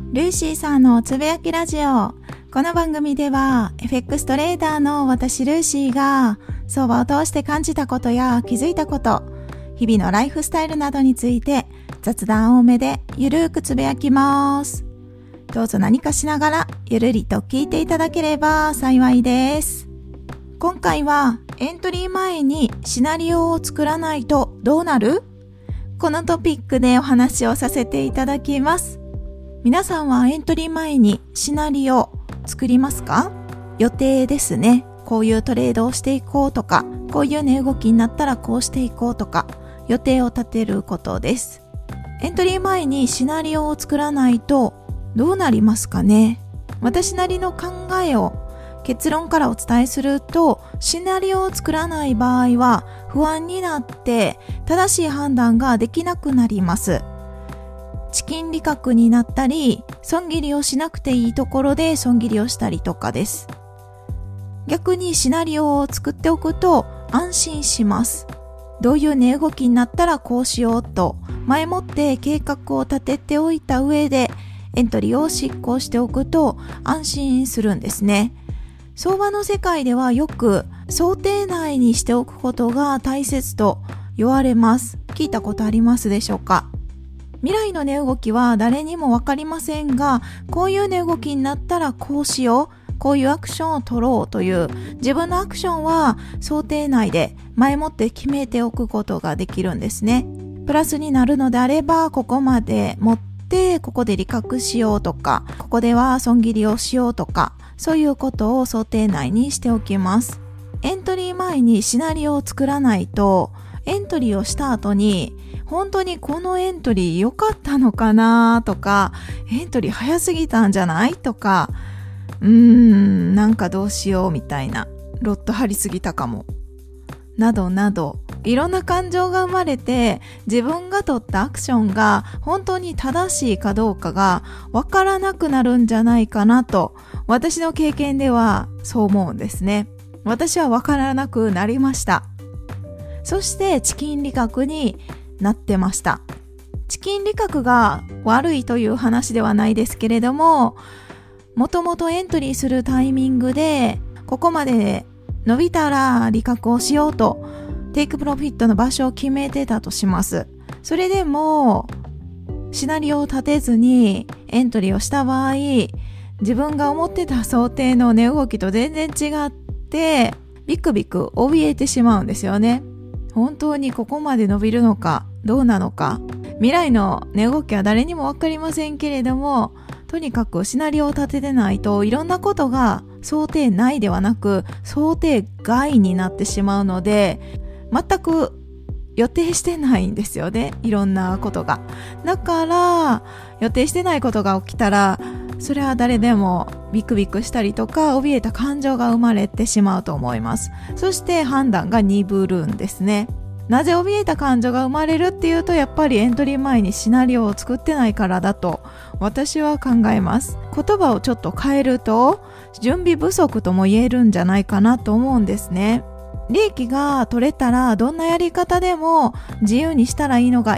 ルーシーさんのつぶやきラジオ。この番組では FX トレーダーの私ルーシーが相場を通して感じたことや気づいたこと、日々のライフスタイルなどについて雑談多めでゆるーくつぶやきます。どうぞ何かしながらゆるりと聞いていただければ幸いです。今回はエントリー前にシナリオを作らないとどうなる？このトピックでお話をさせていただきます。皆さんはエントリー前にシナリオ作りますか？予定ですね。こういうトレードをしていこうとか、こういう値動きになったらこうしていこうとか、予定を立てることです。エントリー前にシナリオを作らないとどうなりますかね？私なりの考えを結論からお伝えすると、シナリオを作らない場合は不安になって正しい判断ができなくなります。チキン利確になったり、損切りをしなくていいところで損切りをしたりとかです。逆にシナリオを作っておくと安心します。どういう値動きになったらこうしようと前もって計画を立てておいた上でエントリーを執行しておくと安心するんですね。相場の世界ではよく想定内にしておくことが大切と言われます。聞いたことありますでしょうか？未来の値動きは誰にもわかりませんが、こういう値動きになったらこうしよう、こういうアクションを取ろうという自分のアクションは想定内で前もって決めておくことができるんですね。プラスになるのであれば、ここまで持ってここで利確しようとか、ここでは損切りをしようとか、そういうことを想定内にしておきます。エントリー前にシナリオを作らないと、エントリーをした後に本当にこのエントリー良かったのかなとか、エントリー早すぎたんじゃないとか、なんかどうしようみたいな、ロット張りすぎたかもなどなど、いろんな感情が生まれて、自分が取ったアクションが本当に正しいかどうかがわからなくなるんじゃないかなと、私の経験ではそう思うんですね。私はわからなくなりました。そしてチキン利確になってました。チキン利確が悪いという話ではないですけれども、もともとエントリーするタイミングでここまで伸びたら利確をしようとテイクプロフィットの場所を決めてたとします。それでもシナリオを立てずにエントリーをした場合、自分が思ってた想定の値動きと全然違ってビクビク怯えてしまうんですよね。本当にここまで伸びるのかどうなのか、未来の値動きは誰にも分かりませんけれども、とにかくシナリオを立ててないといろんなことが想定内ではなく想定外になってしまうので、全く予定してないんですよね、いろんなことが。だから予定してないことが起きたら、それは誰でもビクビクしたりとか怯えた感情が生まれてしまうと思います。そして判断が鈍るんですね。なぜ怯えた感情が生まれるっていうと、やっぱりエントリー前にシナリオを作ってないからだと私は考えます。言葉をちょっと変えると準備不足とも言えるんじゃないかなと思うんですね。利益が取れたらどんなやり方でも自由にしたらいいのが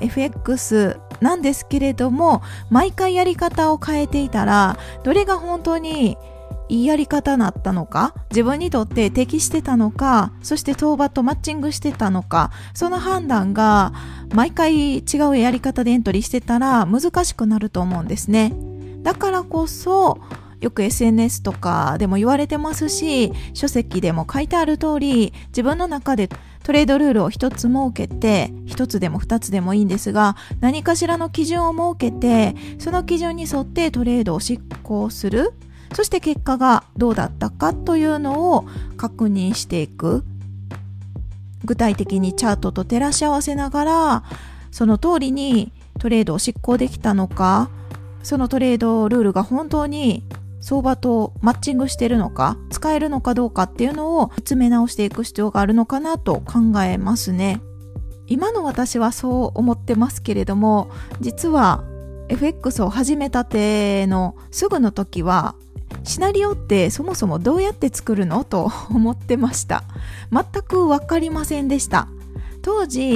FX なんですけれども、毎回やり方を変えていたらどれが本当にいいやり方だったのか、自分にとって適してたのか、そして相場とマッチングしてたのか、その判断が毎回違うやり方でエントリーしてたら難しくなると思うんですね。だからこそよく SNS とかでも言われてますし、書籍でも書いてある通り、自分の中でトレードルールを一つ設けて、一つでも二つでもいいんですが、何かしらの基準を設けて、その基準に沿ってトレードを執行する。そして結果がどうだったかというのを確認していく。具体的にチャートと照らし合わせながら、その通りにトレードを執行できたのか、そのトレードルールが本当に相場とマッチングしているのか、使えるのかどうかっていうのを見つめ直していく必要があるのかなと考えますね。今の私はそう思ってますけれども、実は FX を始めたてのすぐの時はシナリオってそもそもどうやって作るのと思ってました。全く分かりませんでした。当時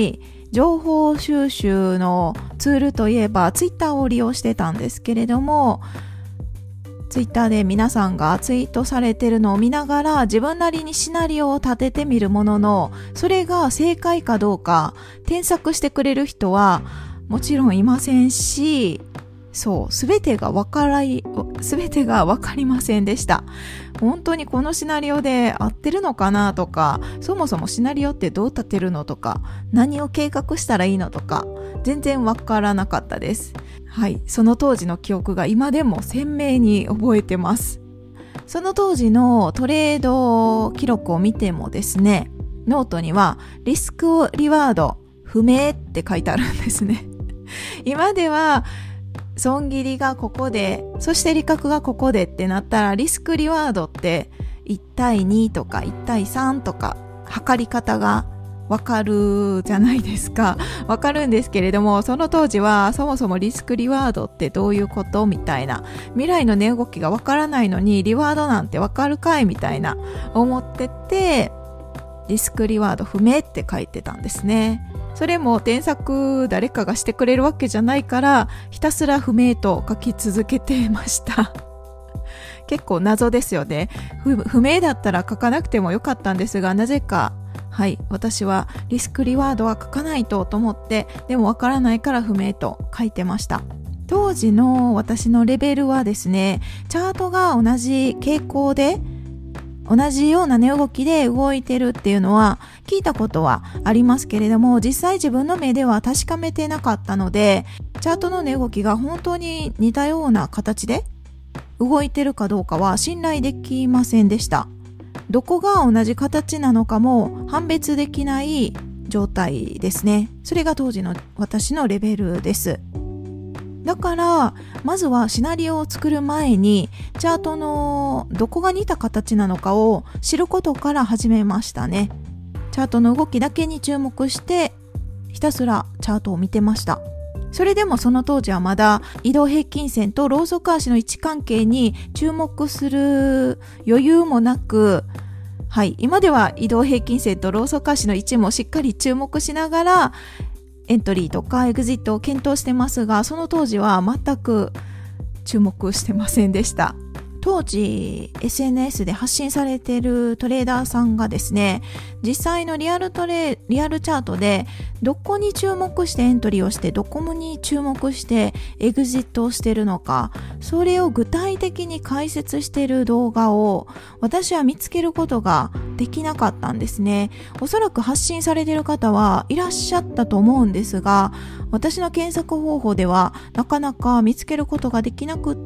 情報収集のツールといえばツイッターを利用してたんですけれども、ツイッターで皆さんがツイートされてるのを見ながら自分なりにシナリオを立ててみるものの、それが正解かどうか添削してくれる人はもちろんいませんし、すべてがわかりませんでした。本当にこのシナリオで合ってるのかなとか、そもそもシナリオってどう立てるのとか、何を計画したらいいのとか、全然わからなかったです。はい、その当時の記憶が今でも鮮明に覚えてます。その当時のトレード記録を見てもですね、ノートにはリスクリワード不明って書いてあるんですね。今では損切りがここで、そして利確がここでってなったら、リスクリワードって1対2とか1対3とか測り方がわかるじゃないですか。わかるんですけれども、その当時はそもそもリスクリワードってどういうことみたいな、未来の値動きがわからないのにリワードなんてわかるかいみたいな思ってて、リスクリワード不明って書いてたんですね。それも添削誰かがしてくれるわけじゃないから、ひたすら不明と書き続けてました。結構謎ですよね。不明だったら書かなくてもよかったんですが、なぜか私はリスクリワードは書かないと思って、でもわからないから不明と書いてました。当時の私のレベルはですね、チャートが同じ傾向で同じような値動きで動いてるっていうのは聞いたことはありますけれども、実際自分の目では確かめてなかったので、チャートの値動きが本当に似たような形で動いてるかどうかは信頼できませんでした。どこが同じ形なのかも判別できない状態ですね。それが当時の私のレベルです。だからまずはシナリオを作る前にチャートのどこが似た形なのかを知ることから始めましたね。チャートの動きだけに注目してひたすらチャートを見てました。それでもその当時はまだ移動平均線とローソク足の位置関係に注目する余裕もなく、今では移動平均線とローソク足の位置もしっかり注目しながらエントリーとかエグジットを検討してますが、その当時は全く注目してませんでした。当時 SNS で発信されているトレーダーさんがですね、実際のリアルチャートでどこに注目してエントリーをして、どこに注目してエグジットをしているのか、それを具体的に解説している動画を私は見つけることができなかったんですね。おそらく発信されている方はいらっしゃったと思うんですが、私の検索方法ではなかなか見つけることができなくって、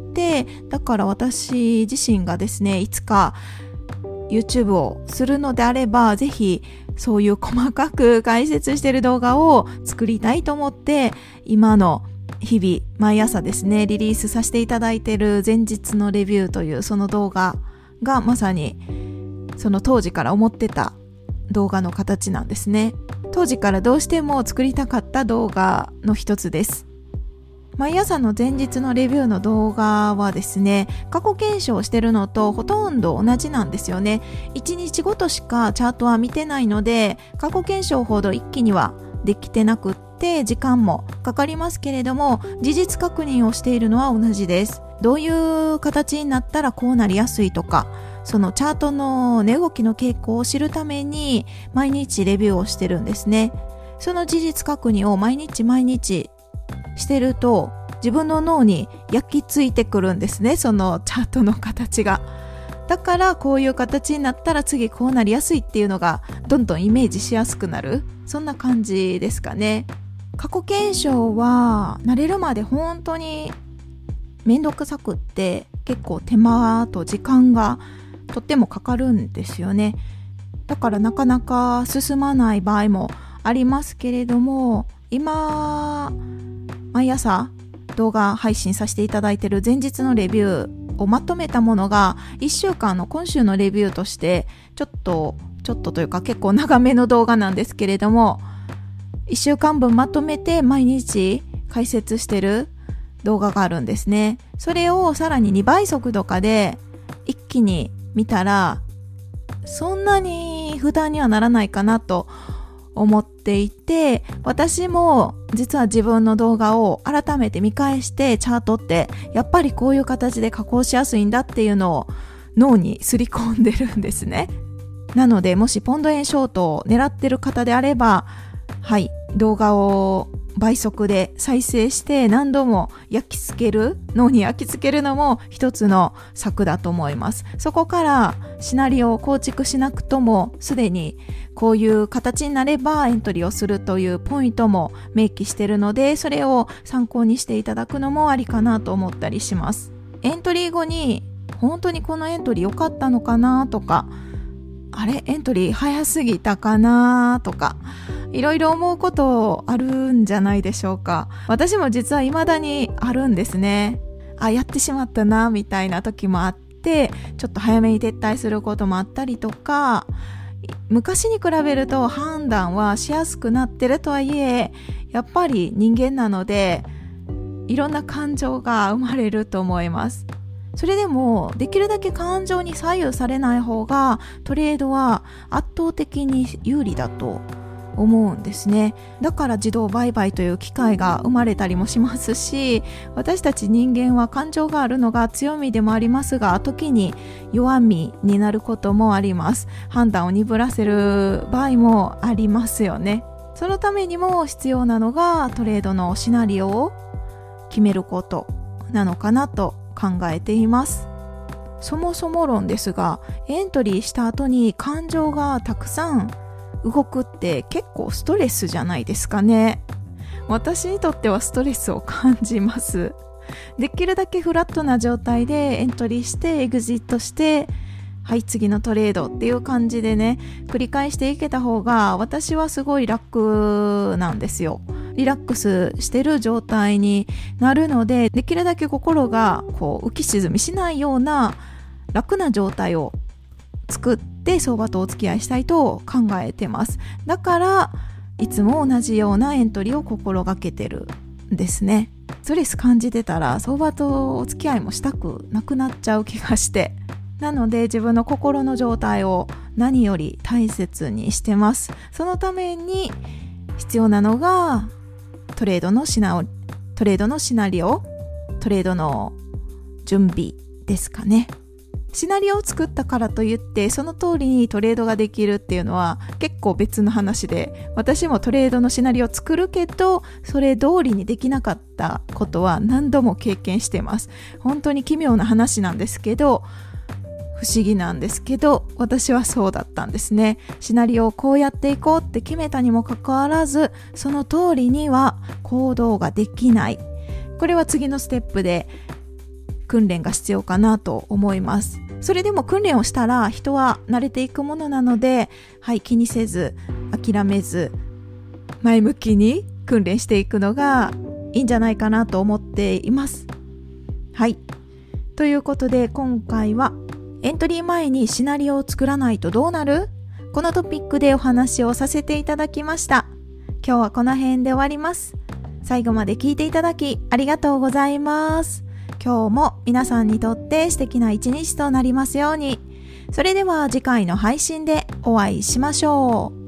だから私自身がですね、いつか YouTube をするのであれば、ぜひそういう細かく解説している動画を作りたいと思って、今の日々毎朝ですね、リリースさせていただいている前日のレビューというその動画がまさにその当時から思ってた動画の形なんですね。当時からどうしても作りたかった動画の一つです。毎朝の前日のレビューの動画はですね、過去検証してるのとほとんど同じなんですよね。1日ごとしかチャートは見てないので、過去検証ほど一気にはできてなくって時間もかかりますけれども、事実確認をしているのは同じです。どういう形になったらこうなりやすいとか、そのチャートの値動きの傾向を知るために毎日レビューをしてるんですね。その事実確認を毎日してると自分の脳に焼き付いてくるんですね、そのチャートの形が。だからこういう形になったら次こうなりやすいっていうのがどんどんイメージしやすくなる、そんな感じですかね。過去検証は慣れるまで本当にめんどくさくって、結構手間と時間がとってもかかるんですよね。だからなかなか進まない場合もありますけれども、今毎朝動画配信させていただいている前日のレビューをまとめたものが1週間の今週のレビューとしてちょっとというか結構長めの動画なんですけれども、1週間分まとめて毎日解説してる動画があるんですね。それをさらに2倍速度化で一気に見たらそんなに負担にはならないかなと思っていて、私も実は自分の動画を改めて見返してチャートってやっぱりこういう形で加工しやすいんだっていうのを脳にすり込んでるんですね。なのでもしポンド円ショートを狙ってる方であれば、はい、動画を倍速で再生して何度も脳に焼き付けるのも一つの策だと思います。そこからシナリオを構築しなくともすでにこういう形になればエントリーをするというポイントも明記しているので、それを参考にしていただくのもありかなと思ったりします。エントリー後に本当にこのエントリー良かったのかなとか、あれエントリー早すぎたかなとか、いろいろ思うことあるんじゃないでしょうか。私も実は未だにあるんですね。やってしまったなみたいな時もあって、ちょっと早めに撤退することもあったりとか、昔に比べると判断はしやすくなってるとはいえ、やっぱり人間なのでいろんな感情が生まれると思います。それでもできるだけ感情に左右されない方がトレードは圧倒的に有利だと思うんですね。だから自動売買という機会が生まれたりもしますし、私たち人間は感情があるのが強みでもありますが、時に弱みになることもあります。判断を鈍らせる場合もありますよね。そのためにも必要なのがトレードのシナリオを決めることなのかなと考えています。そもそも論ですが、エントリーした後に感情がたくさん動くって結構ストレスじゃないですかね。私にとってはストレスを感じます。できるだけフラットな状態でエントリーしてエグジットして、はい次のトレードっていう感じでね、繰り返していけた方が私はすごい楽なんですよ。リラックスしてる状態になるので、できるだけ心が浮き沈みしないような楽な状態を作って相場とお付き合いしたいと考えてます。だからいつも同じようなエントリーを心がけてるんですね。ストレス感じてたら相場とお付き合いもしたくなくなっちゃう気がして、なので自分の心の状態を何より大切にしてます。そのために必要なのがトレードのシナリオ、トレードの準備ですかね。シナリオを作ったからといってその通りにトレードができるっていうのは結構別の話で、私もトレードのシナリオを作るけどそれ通りにできなかったことは何度も経験してます。本当に奇妙な話なんですけど、不思議なんですけど、私はそうだったんですね。シナリオをこうやっていこうって決めたにもかかわらず、その通りには行動ができない。これは次のステップで訓練が必要かなと思います。それでも訓練をしたら人は慣れていくものなので、気にせず諦めず前向きに訓練していくのがいいんじゃないかなと思っています。ということで今回はエントリー前にシナリオを作らないとどうなる？このトピックでお話をさせていただきました。今日はこの辺で終わります。最後まで聞いていただきありがとうございます。今日も皆さんにとって素敵な一日となりますように。それでは次回の配信でお会いしましょう。